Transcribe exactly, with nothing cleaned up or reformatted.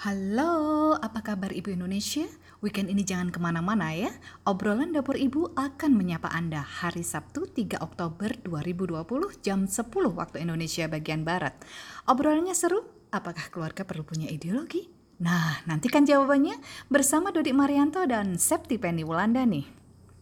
Halo, apa kabar Ibu Indonesia? Weekend ini jangan kemana-mana ya. Obrolan Dapur Ibu akan menyapa Anda hari Sabtu tiga Oktober dua ribu dua puluh jam sepuluh waktu Indonesia bagian Barat. Obrolannya seru? Apakah keluarga perlu punya ideologi? Nah, nantikan jawabannya bersama Dodik Marianto dan Septi Penny Wulandani.